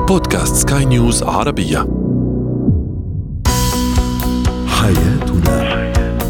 بودكاست سكاي نيوز عربية. حياتنا.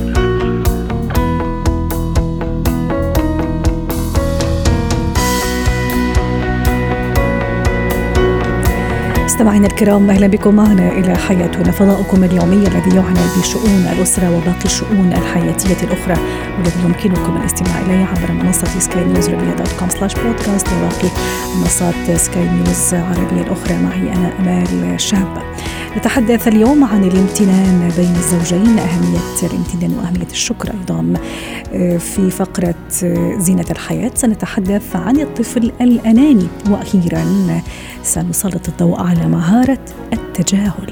مستمعينا الكرام، أهلا بكم معنا إلى حياتنا، فضاؤكم اليومي الذي يعنى بشؤون الأسرة وباقي الشؤون الحياتية الأخرى، والذي يمكنكم الاستماع إليه عبر منصة سكاي نيوز عربية.com/podcast وباقي منصات سكاي نيوز عربية الأخرى. معي أنا أمال شاب. نتحدث اليوم عن الامتنان بين الزوجين، أهمية الامتنان وأهمية الشكر أيضا. في فقرة زينة الحياة سنتحدث عن الطفل الأناني، وأخيرا سنسلط الضوء على مهارة التجاهل.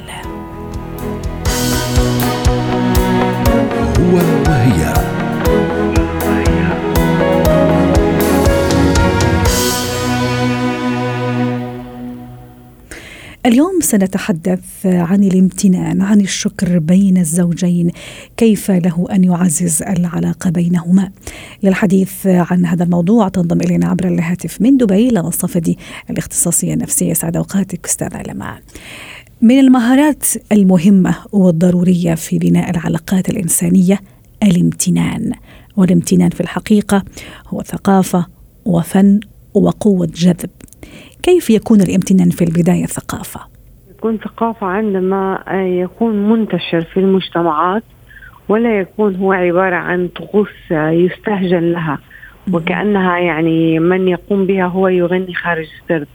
هو وهي. اليوم سنتحدث عن الامتنان، عن الشكر بين الزوجين، كيف له أن يعزز العلاقة بينهما. للحديث عن هذا الموضوع تنضم إلينا عبر الهاتف من دبي لما الصفدي، الاختصاصية النفسية. سعد أوقاتك أستاذة لما. من المهارات المهمة والضرورية في بناء العلاقات الإنسانية الامتنان، والامتنان في الحقيقة هو ثقافة وفن وقوة جذب. كيف يكون الامتنان في البداية ثقافة؟ يكون ثقافة عندما يكون منتشر في المجتمعات، ولا يكون هو عبارة عن طقوس يستهجن لها وكأنها يعني من يقوم بها هو يغني خارج السرب.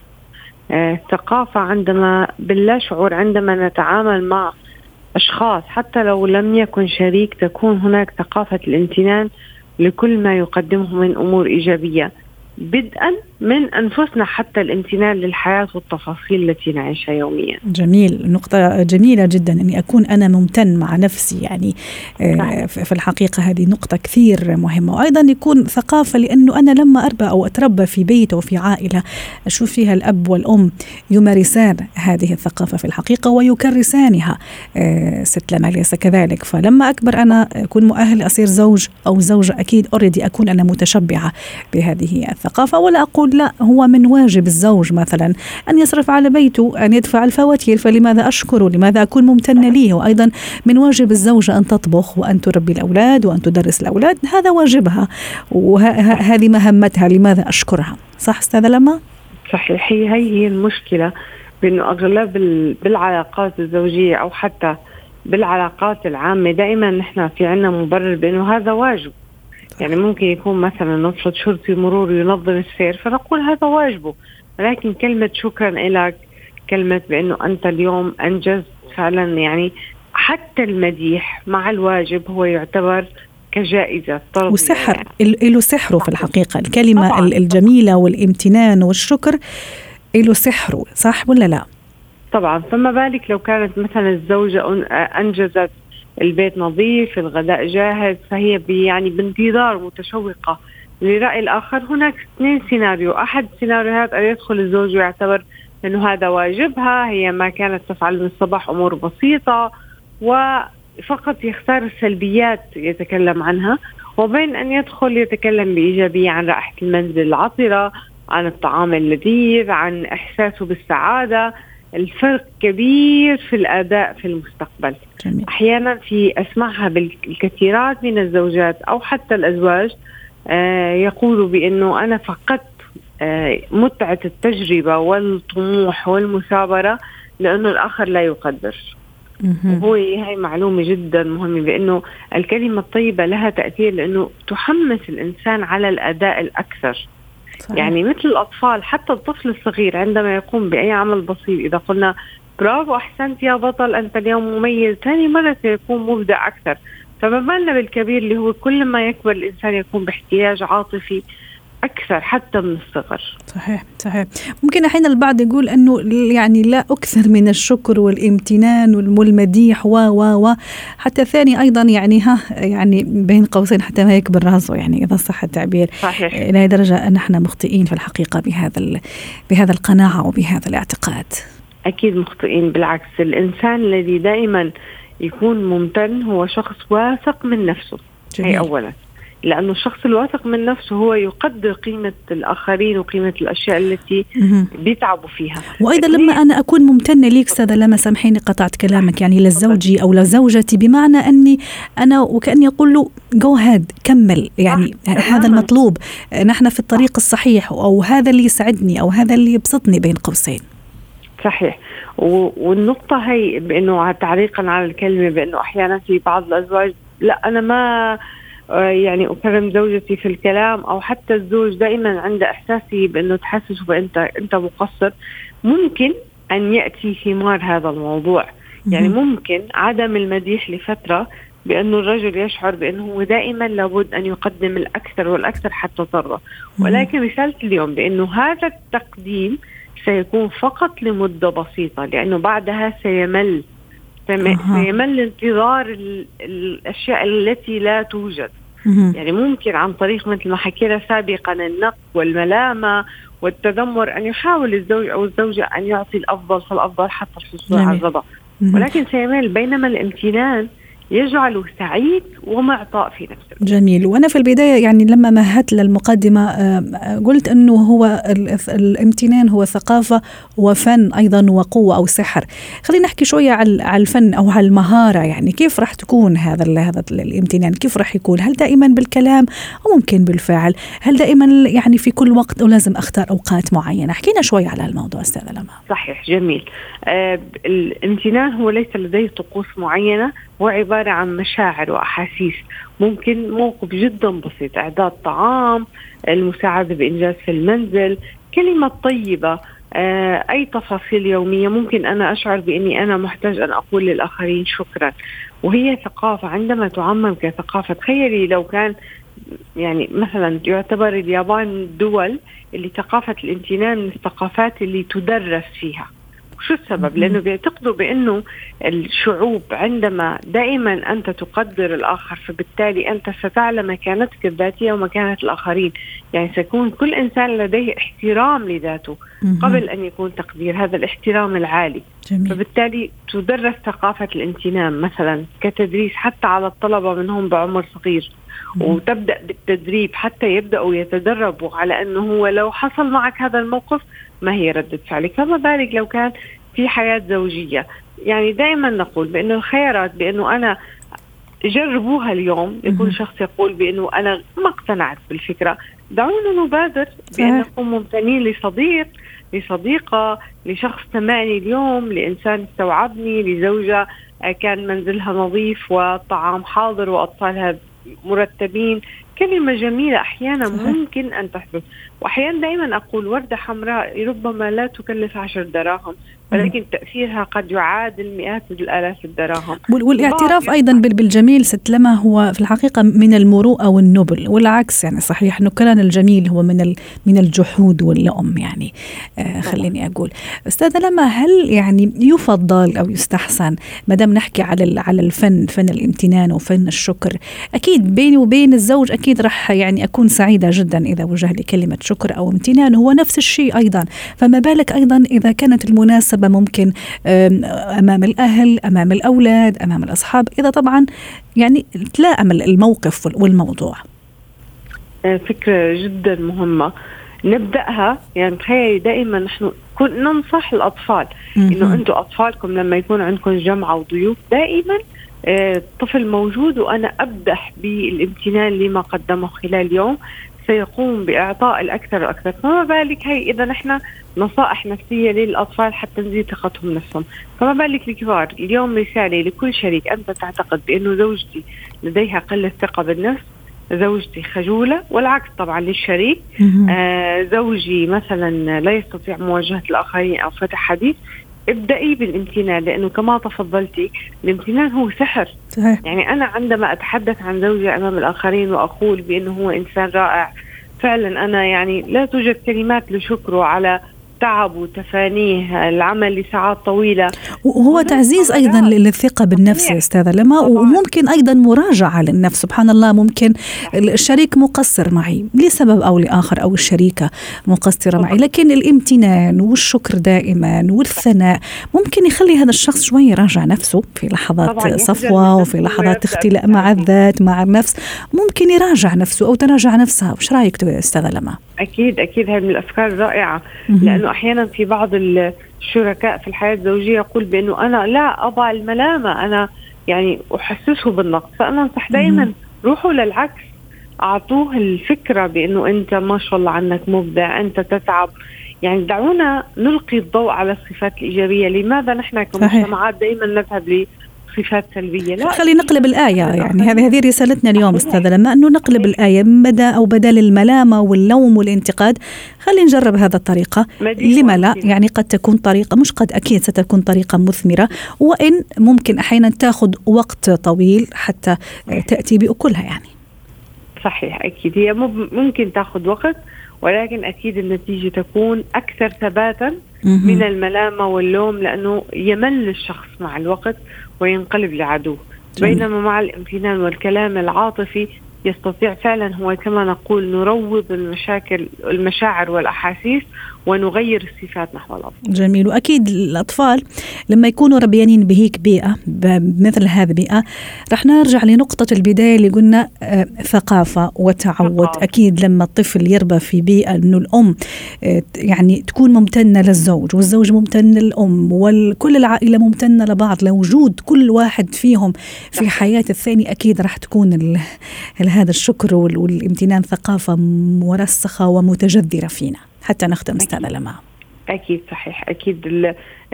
ثقافة عندما باللا شعور، عندما نتعامل مع أشخاص حتى لو لم يكن شريك، تكون هناك ثقافة الامتنان لكل ما يقدمه من أمور إيجابية، بدءا من أنفسنا حتى الامتنان للحياة والتفاصيل التي نعيشها يوميا. جميل، نقطة جميلة جدا أني أكون أنا ممتن مع نفسي، يعني في الحقيقة هذه نقطة كثير مهمة. وأيضا يكون ثقافة، لأنه أنا لما أربى أو أتربى في بيت وفي عائلة أشوف فيها الأب والأم يمارسان هذه الثقافة في الحقيقة ويكرسانها. ست لما ليس كذلك، فلما أكبر أنا أكون مؤهل أصير زوج أو زوجة، أكيد أريد أكون أنا متشبعة بهذه الثقافة، ولا أقول لا، هو من واجب الزوج مثلا أن يصرف على بيته، أن يدفع الفواتير، فلماذا أشكره؟ لماذا أكون ممتنة ليه؟ وأيضا من واجب الزوجة أن تطبخ وأن تربي الأولاد وأن تدرس الأولاد، هذا واجبها وهذه مهمتها، لماذا أشكرها؟ صح أستاذة لما؟ صحيح. هي المشكلة، بأنه أغلب بالعلاقات الزوجية أو حتى بالعلاقات العامة دائما نحن في عنا مبرر بأنه هذا واجب. يعني ممكن يكون مثلا نفرض شرطي مرور ينظم السير، فنقول هذا واجبه، ولكن كلمة شكرا لك، كلمة بأنه أنت اليوم أنجزت فعلا، يعني حتى المديح مع الواجب هو يعتبر كجائزة وسحر، له سحره في الحقيقة. الكلمة طبعاً الجميلة والامتنان والشكر له سحره، صح ولا لا؟ طبعا. فما بالك لو كانت مثلا الزوجة أنجزت البيت نظيف، الغداء جاهز، فهي يعني بانتظار متشوقة لرأي الآخر. هناك 2 سيناريو. أحد سيناريوهات أن يدخل الزوج ويعتبر أنه هذا واجبها، هي ما كانت تفعل من الصباح أمور بسيطة وفقط يختار السلبيات يتكلم عنها، وبين أن يدخل يتكلم بإيجابية عن رائحة المنزل العطرة، عن الطعام اللذيذ، عن إحساسه بالسعادة. الفرق كبير في الأداء في المستقبل. جميل. أحيانا في أسمعها بالكثيرات من الزوجات أو حتى الأزواج يقولوا بأنه أنا فقدت متعة التجربة والطموح والمثابرة لأنه الآخر لا يقدر. وهو هاي معلومة جدا مهمة، بأنه الكلمة الطيبة لها تأثير، لأنه تحمس الإنسان على الأداء الأكثر. صحيح. يعني مثل الأطفال، حتى الطفل الصغير عندما يقوم بأي عمل بسيط، إذا قلنا برافو أحسنت يا بطل أنت اليوم مميز، ثاني مرة سيكون مبدع أكثر. فما بالنا بالكبير اللي هو كل ما يكبر الإنسان يكون باحتياج عاطفي أكثر حتى من الصغر. صحيح. ممكن أحيانا البعض يقول أنه يعني لا أكثر من الشكر والامتنان والمديح و حتى ثاني أيضا، يعني بين قوسين حتى ما يكبر راسه، يعني إذا صح التعبير. صحيح. إلى درجة أن احنا مخطئين في الحقيقة بهذا القناعة وبهذا الاعتقاد. أكيد مخطئين. بالعكس، الإنسان الذي دائما يكون ممتن هو شخص واثق من نفسه. هي أولا، لأنه الشخص الواثق من نفسه هو يقدر قيمة الآخرين وقيمة الأشياء التي بيتعبوا فيها. وأيضا لما أنا أكون ممتنة ليك أستاذة لما، سامحيني قطعت كلامك، يعني لزوجي أو لزوجتي، بمعنى أني أنا وكأني أقول له go ahead كمل، يعني هذا المطلوب، نحن في الطريق الصحيح، أو هذا اللي يسعدني أو هذا اللي يبسطني بين قوسين. صحيح. والنقطة هي بأنه تعليقا على الكلمة، بأنه أحيانا في بعض الأزواج لا أنا ما يعني أكرم زوجتي في الكلام، أو حتى الزوج دائما عنده إحساسي بأنه تحسسه بأنت مقصر. ممكن أن يأتي ثمار هذا الموضوع، يعني ممكن عدم المديح لفترة بأنه الرجل يشعر بأنه دائما لابد أن يقدم الأكثر والأكثر حتى تضره. ولكن رسالة اليوم بأنه هذا التقديم سيكون فقط لمدة بسيطة، لأنه بعدها سيمل انتظار الأشياء التي لا توجد. يعني ممكن عن طريق مثل ما حكينا سابقا النقد والملامة والتذمر أن يحاول الزوج أو الزوجة أن يعطي الأفضل فالأفضل حتى الحصول على الرضا، ولكن سيمل. بينما الامتنان يجعله سعيد ومعطاء في نفسه. جميل. وأنا في البداية يعني لما مهدت للمقدمة قلت أنه هو الامتنان هو ثقافة وفن أيضا وقوة أو سحر. خلينا نحكي شوية على الفن أو على المهارة، يعني كيف راح تكون هذا الامتنان؟ كيف راح يكون؟ هل دائما بالكلام أو ممكن بالفعل؟ هل دائما يعني في كل وقت أو لازم أختار أوقات معينة؟ حكينا شوية على الموضوع أستاذة لما. صحيح، جميل. الامتنان هو ليس لديه طقوس معينة، هو عبارة عن مشاعر وأحاسيس. ممكن موقف جدا بسيط، إعداد طعام، المساعدة بإنجاز في المنزل، كلمة طيبة، أي تفاصيل يومية. ممكن أنا أشعر بأني أنا محتاج أن أقول للآخرين شكرا، وهي ثقافة عندما تعمم كثقافة. تخيلي لو كان يعني مثلا يعتبر اليابان الدول اللي ثقافة الامتنان من الثقافات اللي تدرس فيها. شو السبب؟ لأنه بيعتقدوا بأنه الشعوب عندما دائما أنت تقدر الآخر، فبالتالي أنت ستعلم مكانتك الذاتية ومكانة الآخرين. يعني سيكون كل إنسان لديه احترام لذاته قبل أن يكون تقدير، هذا الاحترام العالي. جميل. فبالتالي تدرس ثقافة الامتنان مثلا كتدريس حتى على الطلبة منهم بعمر صغير، وتبدأ بالتدريب حتى يبدأوا يتدربوا على أنه هو لو حصل معك هذا الموقف ما هي ردة فعلك. فما بالك لو كان في حياة زوجية. يعني دائما نقول بأنه الخيارات، بأنه أنا جربوها اليوم لكل شخص يقول بأنه أنا ما اقتنعت بالفكرة، دعونا نبادر بأن نكون ممتنين لصديق، لصديقة، لشخص سمعني اليوم، لإنسان استوعبني، لزوجة كان منزلها نظيف والطعام حاضر وأطفالها مرتبين. كلمة جميلة أحيانا ممكن أن تحدث. وأحيانا دائما أقول وردة حمراء ربما لا تكلف 10 دراهم، ولكن تأثيرها قد يعادل مئات الآلاف الدراهم. والاعتراف أيضا بالجميل ست لما هو في الحقيقة من المروءة والنبل، والعكس يعني صحيح أنه كلام الجميل هو من الجحود واللؤم. يعني خليني أقول أستاذة لما، هل يعني يفضل أو يستحسن ما دام نحكي على الفن، فن الامتنان وفن الشكر، أكيد بيني وبين الزوج أكيد رح يعني أكون سعيدة جدا إذا وجه لي كلمة شكر أو امتنان، هو نفس الشيء أيضا. فما بالك أيضا إذا كانت المناسبة ممكن أمام الأهل، أمام الأولاد، أمام الأصحاب، إذا طبعا يعني تلائم الموقف والموضوع. فكرة جدا مهمة نبدأها. يعني تخيلي دائما نحن ننصح الأطفال إنه أنتم أطفالكم لما يكون عندكم جمعة وضيوف دائما طفل موجود وأنا أبدح بالامتنان لما قدمه خلال اليوم، سيقوم بإعطاء الأكثر وأكثر. فما بالك هي إذا نحن نصائح نفسية للأطفال حتى نزيد ثقتهم نفسهم، فما بالك الكبار. اليوم رسالة لكل شريك: أنت تعتقد بأنه زوجتي لديها قلة ثقة بالنفس، زوجتي خجولة، والعكس طبعا للشريك. زوجي مثلا لا يستطيع مواجهة الآخرين أو فتح حديث، ابدأي بالامتنان، لأنه كما تفضلتي الامتنان هو سحر. صحيح. يعني أنا عندما أتحدث عن زوجي أمام الآخرين وأقول بأنه هو إنسان رائع، فعلا أنا يعني لا توجد كلمات لشكره على التعب وتفانيه العمل لساعات طويلة، وهو تعزيز أيضا للثقة بالنفس أستاذة لما، وممكن أيضا مراجعة للنفس. سبحان الله، ممكن الشريك مقصر معي لسبب أو لآخر، أو الشريكة مقصرة معي، لكن الامتنان والشكر دائما والثناء ممكن يخلي هذا الشخص شوي يراجع نفسه في لحظات صفوة وفي لحظات اختلاء مع الذات مع النفس، ممكن يراجع نفسه أو تراجع نفسها. وش رأيك أستاذة لما؟ أكيد هذه من الأفكار الرائعة، لأنه أحيانا في بعض الشركاء في الحياة الزوجية يقول بأنه أنا لا أضع الملامة، أنا يعني أحسسه بالنقص. فأنا أنصح دائما روحوا للعكس، أعطوه الفكرة بأنه أنت ما شاء الله عنك مبدع، أنت تتعب. يعني دعونا نلقي الضوء على الصفات الإيجابية. لماذا نحن كمجتمعات دائما نذهب صفات سلبية؟ لا، خلي نقلب الآية. يعني هذه رسالتنا اليوم أستاذة لما، أنه نقلب الآية بدل الملامة واللوم والانتقاد. خلي نجرب هذا الطريقة، لما لا؟ يعني قد تكون طريقة، مش قد، أكيد ستكون طريقة مثمرة، وإن ممكن أحيانا تأخذ وقت طويل حتى تأتي بأكلها. يعني صحيح، أكيد هي ممكن تأخذ وقت، ولكن أكيد النتيجة تكون أكثر ثباتا من الملامة واللوم، لأنه يمل الشخص مع الوقت وينقلب لعدو. بينما مع الامتنان والكلام العاطفي يستطيع فعلا هو كما نقول نروض المشاعر والأحاسيس ونغير الصفات نحو الأفضل. جميل. وأكيد الأطفال لما يكونوا ربيانين بهيك بيئة، بمثل هذه البيئة، رح نرجع لنقطة البداية اللي قلنا ثقافة وتعود. أكيد لما الطفل يربى في بيئة أنه الأم يعني تكون ممتنة للزوج والزوج ممتن للأم وكل العائلة ممتنة لبعض، لوجود كل واحد فيهم في حياة الثاني، أكيد رح تكون هذا الشكر والامتنان ثقافة مرسخة ومتجذرة فينا. حتى نختم أستاذة لما. أكيد صحيح، أكيد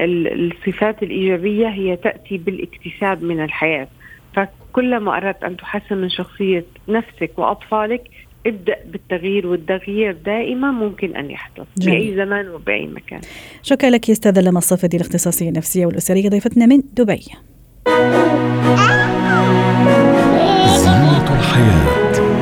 الصفات الإيجابية هي تأتي بالاكتساب من الحياة. فكلما أردت أن تحسن من شخصية نفسك وأطفالك ابدأ بالتغيير، والتغيير دائما ممكن أن يحدث بأي زمان وبأي مكان. شكرا لك يا أستاذة لما الصفدي، الاختصاصية النفسية والأسرية، ضيفتنا من دبي. زينة الحياة.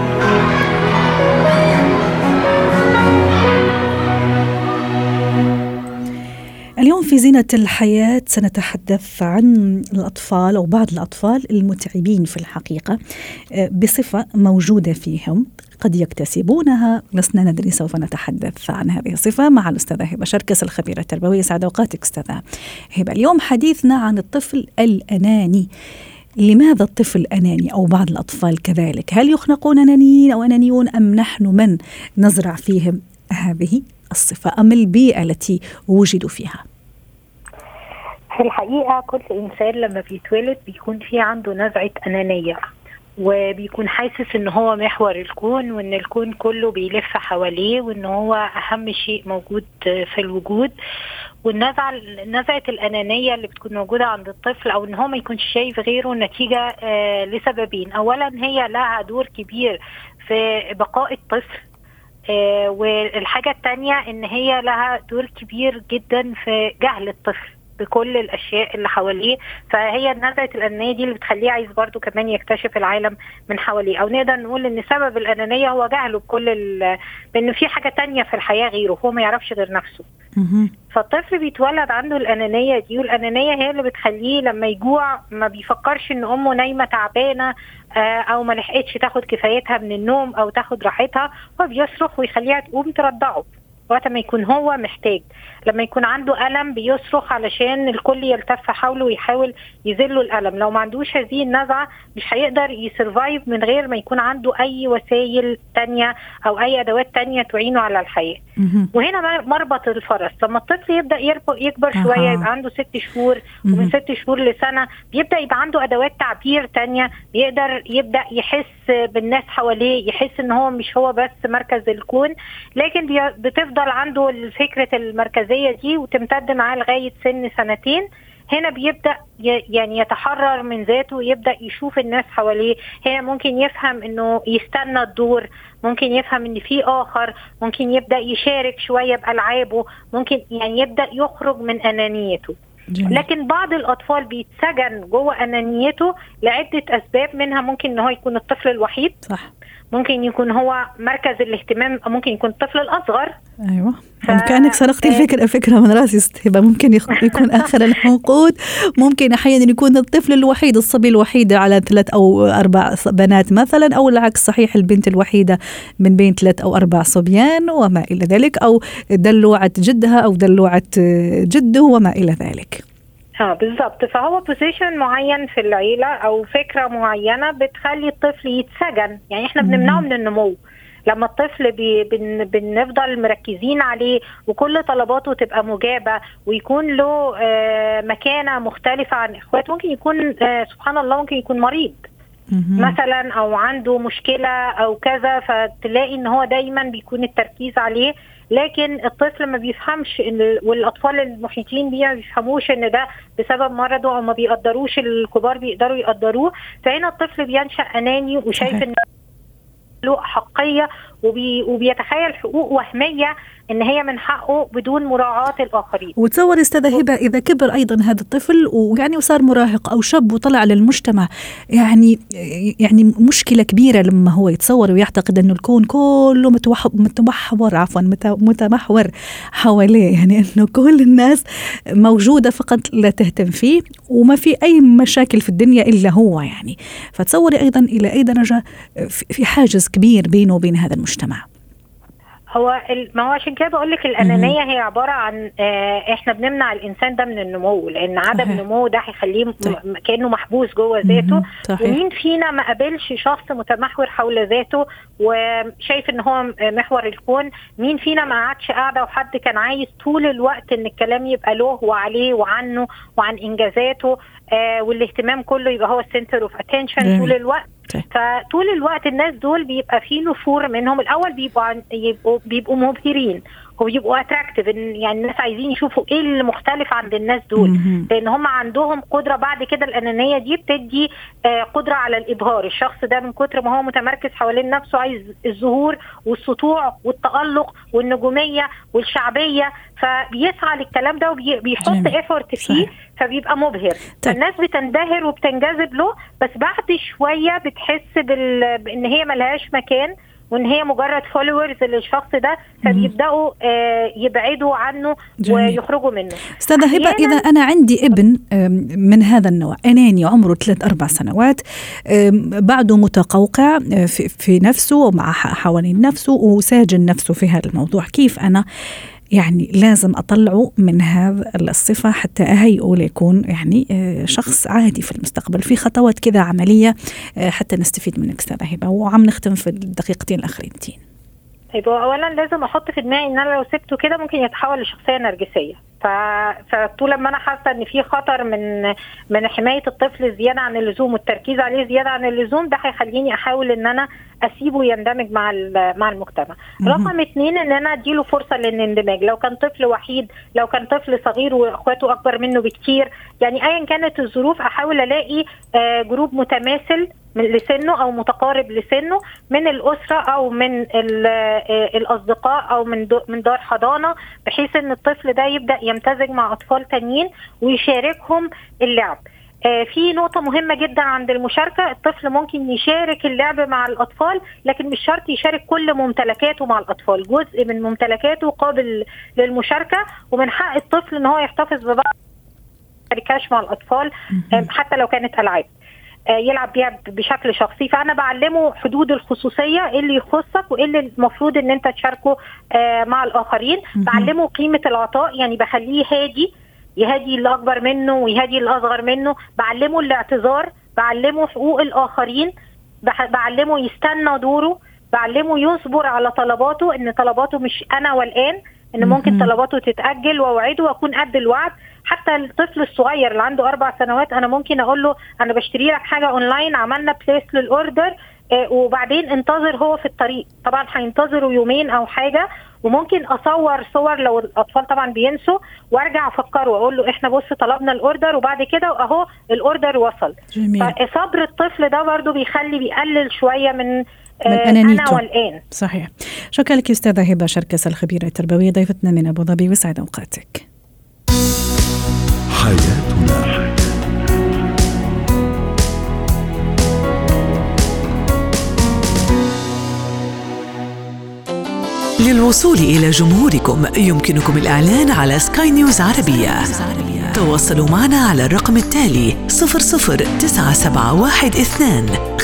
اليوم في زينة الحياة سنتحدث عن الأطفال أو بعض الأطفال المتعبين في الحقيقة بصفة موجودة فيهم قد يكتسبونها، لسنا ندري. سوف نتحدث عن هذه الصفة مع الأستاذة هبة شركس، الخبيرة التربوية. سعد أوقاتك أستاذة هبة. اليوم حديثنا عن الطفل الأناني. لماذا الطفل أناني أو بعض الأطفال كذلك؟ هل يخلقون أنانيين أو أنانيون، أم نحن من نزرع فيهم هذه الصفة، أم البيئة التي وجدوا فيها؟ في الحقيقة كل إنسان لما بيتولد بيكون فيه عنده نزعة أنانية، وبيكون حاسس إن هو محور الكون، وإن الكون كله بيلف حواليه، وإن هو أهم شيء موجود في الوجود. والنزعة الأنانية اللي بتكون موجودة عند الطفل، أو إن هو ما يكونش شايف غيره، نتيجة لسببين. أولا هي لها دور كبير في بقاء الطفل، والحاجة التانية إن هي لها دور كبير جدا في جهل الطفل بكل الأشياء اللي حواليه. فهي نزعة الأنانية دي اللي بتخليه عايز برضو كمان يكتشف العالم من حواليه، أو نقدر نقول إن سبب الأنانية هو جهله بأنه في حاجة تانية في الحياة غيره، هو ما يعرفش غير نفسه. فالطفل بيتولد عنده الأنانية دي، والأنانية هي اللي بتخليه لما يجوع ما بيفكرش إن أمه نايمة تعبانة أو ما لحقتش تاخد كفايتها من النوم أو تاخد راحتها، هو بيصرخ ويخليها تقوم ترضعه وقت ما يكون هو محتاج. لما يكون عنده ألم بيصرخ علشان الكل يلتف حوله ويحاول يذله الألم. لو ما عندوش هذه النزعة مش هيقدر يسرفايف من غير ما يكون عنده أي وسائل تانية أو أي أدوات تانية تعينه على الحياة. وهنا مربط الفرس. لما الطفل يبدأ يكبر شوية، يبقى عنده 6 شهور، ومن 6 شهور لسنة بيبدأ يبقى عنده أدوات تعبير تانية، يبدأ يحس بالناس حواليه، يحس إن هو مش هو بس مركز الكون. لكن بتفضل عنده فكرة المركزية دي وتمتد معاه لغاية سن 2 سنين. هنا بيبدأ يعني يتحرر من ذاته، ويبدأ يشوف الناس حواليه. هنا ممكن يفهم انه يستنى الدور، ممكن يفهم ان في آخر، ممكن يبدأ يشارك شوية بألعابه، ممكن يعني يبدأ يخرج من أنانيته. لكن بعض الأطفال بيتسجن جوه أنانيته لعدة أسباب، منها ممكن ان هو يكون الطفل الوحيد، صح. ممكن يكون هو مركز الاهتمام، ممكن يكون الطفل الأصغر. أيوة كأنك سرقتي الفكرة من راسي استهبة. ممكن يكون آخر العنقود، ممكن أحيانا يكون الطفل الوحيد، الصبي الوحيد على 3 أو 4 بنات مثلا، أو العكس صحيح، البنت الوحيدة من بين 3 أو 4 صبيان وما إلى ذلك، أو دلوعة جدها أو دلوعة جده وما إلى ذلك. بالضبط. فهو بوزيشن معين في العيلة أو فكرة معينة بتخلي الطفل يتسجن. يعني احنا بنمنعه من النمو. لما الطفل بنفضل مركزين عليه وكل طلباته تبقى مجابة ويكون له مكانة مختلفة عن إخواته، ممكن يكون سبحان الله ممكن يكون مريض مثلا أو عنده مشكلة أو كذا، فتلاقي إن هو دايما بيكون التركيز عليه. لكن الطفل ما بيفهمش والأطفال المحيطين بيه ما بيفهموش إن ده بسبب مرضه، أو ما بيقدروش الكبار بيقدروا يقدروه. فهنا الطفل بينشأ أناني وشايف إن له حقية وبيتخيل حقوق وهمية إن هي من حقه بدون مراعاة الآخرين. وتصور أستاذة هبة إذا كبر أيضا هذا الطفل ويعني وصار مراهق أو شاب وطلع للمجتمع، يعني مشكلة كبيرة لما هو يتصور ويعتقد أنه الكون كله متمحور حواليه، يعني أنه كل الناس موجودة فقط لا تهتم فيه وما في أي مشاكل في الدنيا إلا هو. يعني فتصوري أيضا إلى أي درجة في حاجز كبير بينه وبين هذا المجتمع. ما هو عشان كده بقول لك الأنانية هي عبارة عن احنا بنمنع الإنسان ده من النمو، لأن عدم النمو ده هيخليه كأنه محبوس جوه ذاته. ومين فينا ما قابلش شخص متمحور حول ذاته وشايف ان هو محور الكون؟ مين فينا ما قعدش قاعدة وحد كان عايز طول الوقت ان الكلام يبقى له وعليه وعنه وعن إنجازاته، والاهتمام كله يبقى هو السنتر اوف اتنشن طول الوقت. فطول الوقت الناس دول بيبقى فيه نفور منهم. الأول بيبقوا مبهرين وبيبقوا اتراكتيف، يعني الناس عايزين يشوفوا ايه اللي مختلف عند الناس دول، لان هم عندهم قدرة. بعد كده الأنانية دي بتدي قدرة على الإبهار. الشخص ده من كتر ما هو متمركز حوالين نفسه عايز الظهور والسطوع والتألق والنجومية والشعبية، فبيسعى للكلام ده وبيحط إفورت فيه، فبيبقى مبهر. الناس بتنبهر وبتنجذب له، بس بعد شوية بتحس بأن هي ملهاش مكان وان هي مجرد فولورز للشخص ده، فبيبداوا يبعدوا عنه ويخرجوا منه. استاذة هبة، اذا انا عندي ابن من هذا النوع اناني عمره 3-4 سنوات، بعده متقوقع في نفسه ومع حوالين نفسه وساجن نفسه في هذا الموضوع، كيف انا يعني لازم أطلعه من هذا الصفة حتى أهيئه ليكون يعني شخص عادي في المستقبل؟ في خطوات كذا عملية حتى نستفيد منك أستاذة هبة، وعم نختم في الدقيقتين الأخرين. طيب، أولا لازم أحط في دماغي إن أنا لو سبته كده ممكن يتحول لشخصية نرجسية. فطول ما أنا حاسة إن في خطر من حماية الطفل زيادة عن اللزوم والتركيز عليه زيادة عن اللزوم، ده هيخليني أحاول إن أنا أسيبه يندمج مع المجتمع. رقم 2 إن أنا أديله فرصة للاندماج. لو كان طفل وحيد، لو كان طفل صغير وأخواته أكبر منه بكتير، يعني أيا كانت الظروف أحاول ألاقي جروب متماثل لسنه أو متقارب لسنه من الأسرة أو من الأصدقاء أو من دار حضانة، بحيث أن الطفل ده يبدأ يمتزج مع أطفال تانيين ويشاركهم اللعب. في نقطة مهمة جدا عند المشاركة، الطفل ممكن يشارك اللعب مع الأطفال، لكن مش شرط يشارك كل ممتلكاته مع الأطفال. جزء من ممتلكاته قابل للمشاركة، ومن حق الطفل أنه يحتفظ ببعض الشركات مع الأطفال حتى لو كانت ألعاب يلعب بيها بشكل شخصي. فأنا بعلمه حدود الخصوصية، إيه اللي يخصك وإيه اللي المفروض إن أنت تشاركه مع الآخرين. بعلمه قيمة العطاء، يعني بخليه يهدي اللي أكبر منه ويهدي اللي أصغر منه. بعلمه الاعتذار، بعلمه حقوق الآخرين، بعلمه يستنى دوره، بعلمه يصبر على طلباته، إن طلباته مش أنا والآن، إن ممكن طلباته تتأجل، وأوعده وأكون قد الوعد. حتى الطفل الصغير اللي عنده 4 سنوات أنا ممكن أقول له أنا بشتري لك حاجة أونلاين، عملنا بليس للأوردر، وبعدين انتظر هو في الطريق. طبعا هينتظروا يومين أو حاجة، وممكن أصور صور لو الأطفال طبعا بينسوا، وارجع أفكره وأقول له إحنا بص طلبنا الأوردر وبعد كده وأهو الأوردر وصل. فصبر الطفل ده برضو بيقلل شوية من أنا والآن. صحيح. شكرا لك أستاذة هبة شركس الخبيرة التربوية، ضيفتنا من أبو ظبي، وسعد أوقاتك. حياتنا. للوصول إلى جمهوركم يمكنكم الإعلان على سكاي نيوز عربية. تواصلوا معنا على الرقم التالي 009712509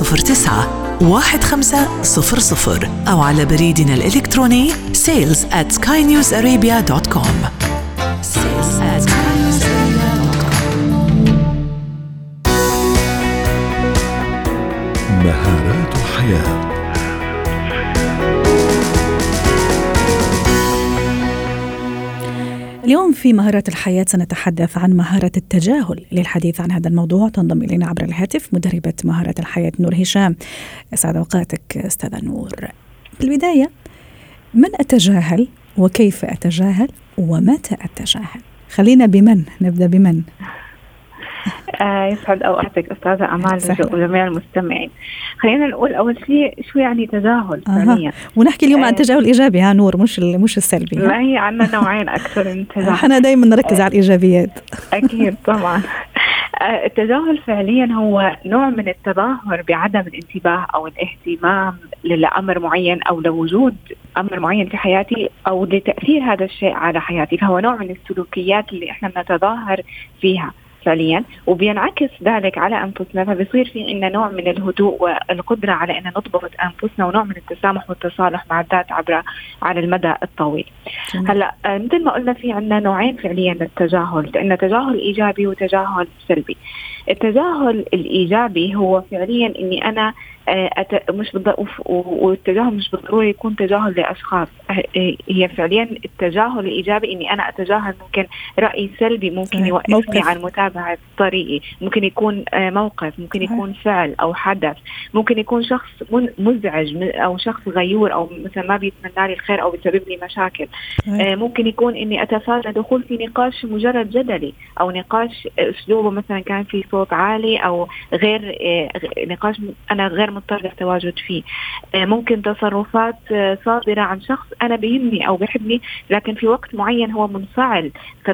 1500 أو على بريدنا الإلكتروني sales@skynewsarabia.com. مهارات حياة. اليوم في مهارات الحياة سنتحدث عن مهارة التجاهل. للحديث عن هذا الموضوع تنضم إلينا عبر الهاتف مدربة مهارات الحياة نور هشام. أسعد أوقاتك أستاذة نور. بالبداية، من أتجاهل وكيف أتجاهل ومتى أتجاهل؟ خلينا بمن، نبدأ بمن. يسعد أوقاتك أستاذة أمال وجميع المستمعين. خلينا نقول أول شيء شو يعني تجاهل فعليا، ونحكي اليوم عن التجاهل الإيجابي ها نور، مش السلبي. لا، هي عنا نوعين أكثر من التجاهل. احنا دايما نركز على الإيجابيات. أكيد طبعا. التجاهل فعليا هو نوع من التظاهر بعدم الانتباه أو الاهتمام لأمر معين أو لوجود أمر معين في حياتي أو لتأثير هذا الشيء على حياتي، فهو نوع من السلوكيات اللي احنا بنتظاهر فيها فعليا، وبينعكس ذلك على أنفسنا، فبيصير في عندنا نوع من الهدوء والقدرة على أن نضبط أنفسنا ونوع من التسامح والتصالح مع الذات على المدى الطويل. هلا مثل ما قلنا في عندنا نوعين فعليا للتجاهل، لأن تجاهل إيجابي وتجاهل سلبي. التجاهل الإيجابي هو فعليا إني أنا مش والتجاهل مش بالضرورة يكون تجاهل لأشخاص. هي فعليا التجاهل الإيجابي إني أنا أتجاهل ممكن رأي سلبي ممكن يوقفني عن متابعة طريقي، ممكن يكون موقف، ممكن يكون فعل أو حدث، ممكن يكون شخص مزعج أو شخص غيور أو مثلا ما بيتمنى لي الخير أو بيسبب لي مشاكل. ممكن يكون إني أتفادى دخول في نقاش مجرد جدلي أو نقاش أسلوبه مثلا كان في صوت عالي أو غير نقاش أنا غير مضطر التواجد فيه. ممكن تصرفات صادرة عن شخص أنا بيهمني أو بحبني لكن في وقت معين هو منفعل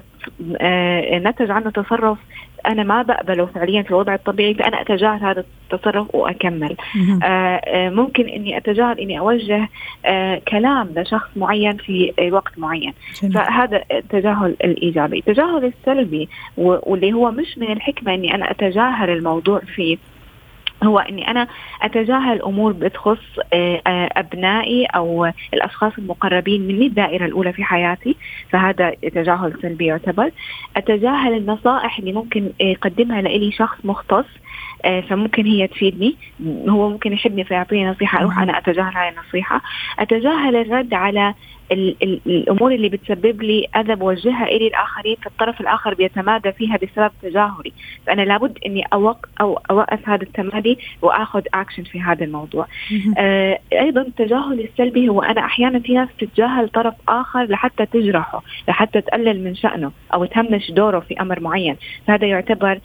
نتج عنه تصرف أنا ما بقبله فعليا في الوضع الطبيعي، فأنا أتجاهل هذا التصرف وأكمل. ممكن إني أتجاهل إني أوجه كلام لشخص معين في وقت معين. فهذا التجاهل الإيجابي. التجاهل السلبي واللي هو مش من الحكمة إني أنا أتجاهل الموضوع فيه، هو أني أنا أتجاهل أمور بتخص أبنائي أو الأشخاص المقربين مني الدائرة الأولى في حياتي، فهذا تجاهل سلبي يعتبر. أتجاهل النصائح اللي ممكن يقدمها لي شخص مختص، فممكن هي تفيدني، هو ممكن يحبني فيعطيني نصيحة أروح أنا أتجاهل هاي النصيحة. أتجاهل الرد على الأمور اللي بتسبب لي أذى بوجهها إلي الآخرين، فالطرف الآخر بيتمادى فيها بسبب تجاهلي، فأنا لابد إني أوقف هذا التمادي وأخذ أكشن في هذا الموضوع. أيضا التجاهل السلبي هو أنا أحيانا في ناس تتجاهل طرف آخر لحتى تجرحه، لحتى تقلل من شأنه أو تهمش دوره في أمر معين، فهذا يعتبر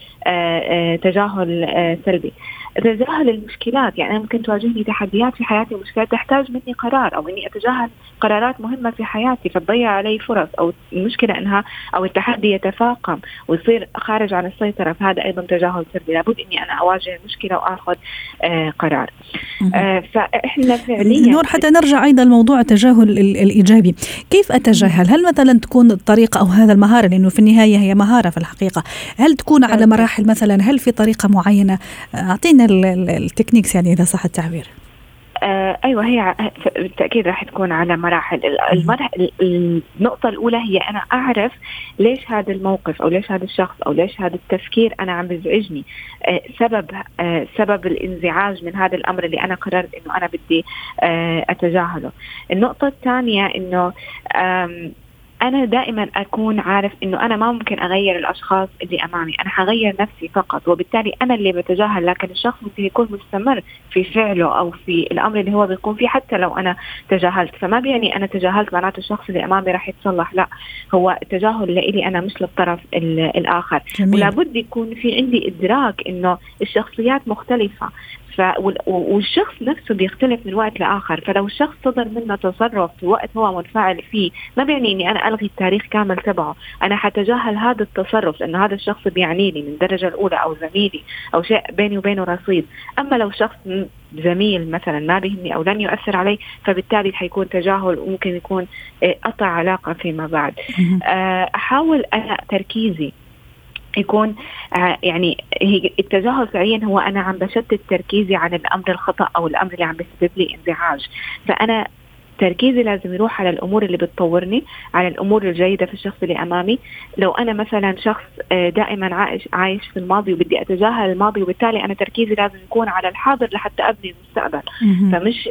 تجاهل سلبي. تجاهل المشكلات، يعني أنا ممكن تواجهني تحديات في حياتي ومشكلات تحتاج مني قرار، أو إني أتجاهل قرارات مهمة في حياتي فتضيع علي فرص، أو المشكلة إنها أو التحدي يتفاقم ويصير خارج عن السيطرة، فهذا أيضا تجاهل سلبي. لابد إني أنا أواجه المشكلة وأخذ قرار. فإحنا فعليا نور، حتى نرجع أيضا لموضوع التجاهل الإيجابي، كيف أتجاهل؟ هل مثلا تكون الطريقة أو هذا المهارة، لأنه في النهاية هي مهارة في الحقيقة، هل تكون على مراحل مثلا؟ هل في طريقة معينة؟ أعطينا التكنيكس يعني إذا صح التعبير. أيوة، هي بالتأكيد راح تكون على مراحل. النقطة الأولى هي أنا أعرف ليش هذا الموقف أو ليش هذا الشخص أو ليش هذا التفكير أنا عم بزعجني، سبب الانزعاج من هذا الأمر اللي أنا قررت إنه أنا بدي أتجاهله. النقطة الثانية إنه أنا دائما أكون عارف إنه أنا ما ممكن أغير الأشخاص اللي أمامي، أنا حغير نفسي فقط، وبالتالي أنا اللي بتجاهل، لكن الشخص ممكن يكون مستمر في فعله أو في الأمر اللي هو بيقوم فيه حتى لو أنا تجاهلت. فما بيعني أنا تجاهلت معناته الشخص اللي أمامي راح يتصلح، لا، هو التجاهل لإلي أنا مش للطرف الآخر. ولا بد يكون في عندي إدراك إنه الشخصيات مختلفة، والشخص نفسه بيختلف من وقت لآخر. فلو الشخص صدر منه تصرف في وقت هو منفعل فيه، ما بيعني إني أنا ألغي التاريخ كامل تبعه، أنا حتجاهل هذا التصرف لأن هذا الشخص بيعني لي من الدرجة الأولى أو زميلي أو شيء بيني وبينه رصيد. أما لو شخص زميل مثلا ما بيهمني أو لن يؤثر علي، فبالتالي حيكون تجاهل وممكن يكون قطع علاقة فيما بعد. أحاول أنا تركيزي يكون يعني التجاهل فعليا هو أنا عم بشتت تركيزي عن الأمر الخطأ أو الأمر اللي عم بيسبب لي انزعاج. فأنا تركيزي لازم يروح على الأمور اللي بتطورني، على الأمور الجيدة في الشخص اللي أمامي. لو أنا مثلا شخص دائما عايش في الماضي وبدي أتجاهل الماضي، وبالتالي أنا تركيزي لازم يكون على الحاضر لحتى أبني المستقبل. فمش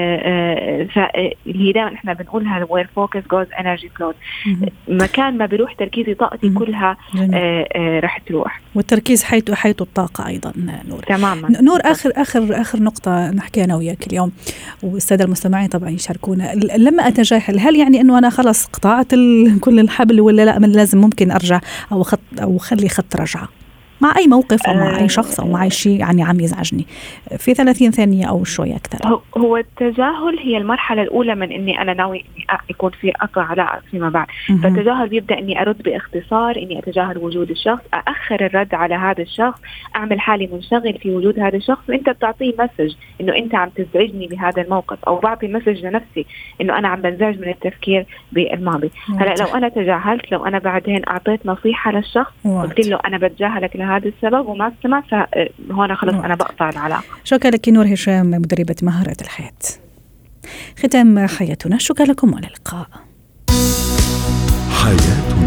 اللي دائما إحنا بنقولها where focus goes energy flows. مكان ما بيروح تركيزي طاقتي كلها رح تروح. والتركيز حيث الطاقة أيضا. نور تماما. نور، آخر نقطة نحكي أنا وياك اليوم والسادة المستمعين طبعا يشاركونا. لما أتجاهل، هل يعني أنه أنا خلص قطعت كل الحبل، ولا لا من لازم ممكن أرجع أو خلي خط رجعة مع أي موقف أو مع أي شخص أو مع أي شيء يعني عم يزعجني في 30 ثانية أو شوية أكثر؟ هو التجاهل هي المرحلة الأولى من إني أنا ناوي إني يكون في قطع علاقة فيما بعد. فالتجاهل بيبدأ إني أرد باختصار، إني أتجاهل وجود الشخص، أأخر الرد على هذا الشخص، أعمل حالي منشغل في وجود هذا الشخص. وإنت بتعطيه مسج إنه أنت عم تزعجني بهذا الموقف، أو بعطي مسج لنفسي إنه أنا عم بنزعج من التفكير بالماضي. هلا لو أنا تجاهلت، لو أنا بعدين أعطيت نصيحة للشخص قلت له أنا بتجاهلك لهذا السبب وما استمع، فهنا خلص أنا بقطع العلاقة. شكرا لك نور هشام، مدربة مهارة الحياة. ختام حياتنا، شكرا لكم، والى اللقاء. حياتنا.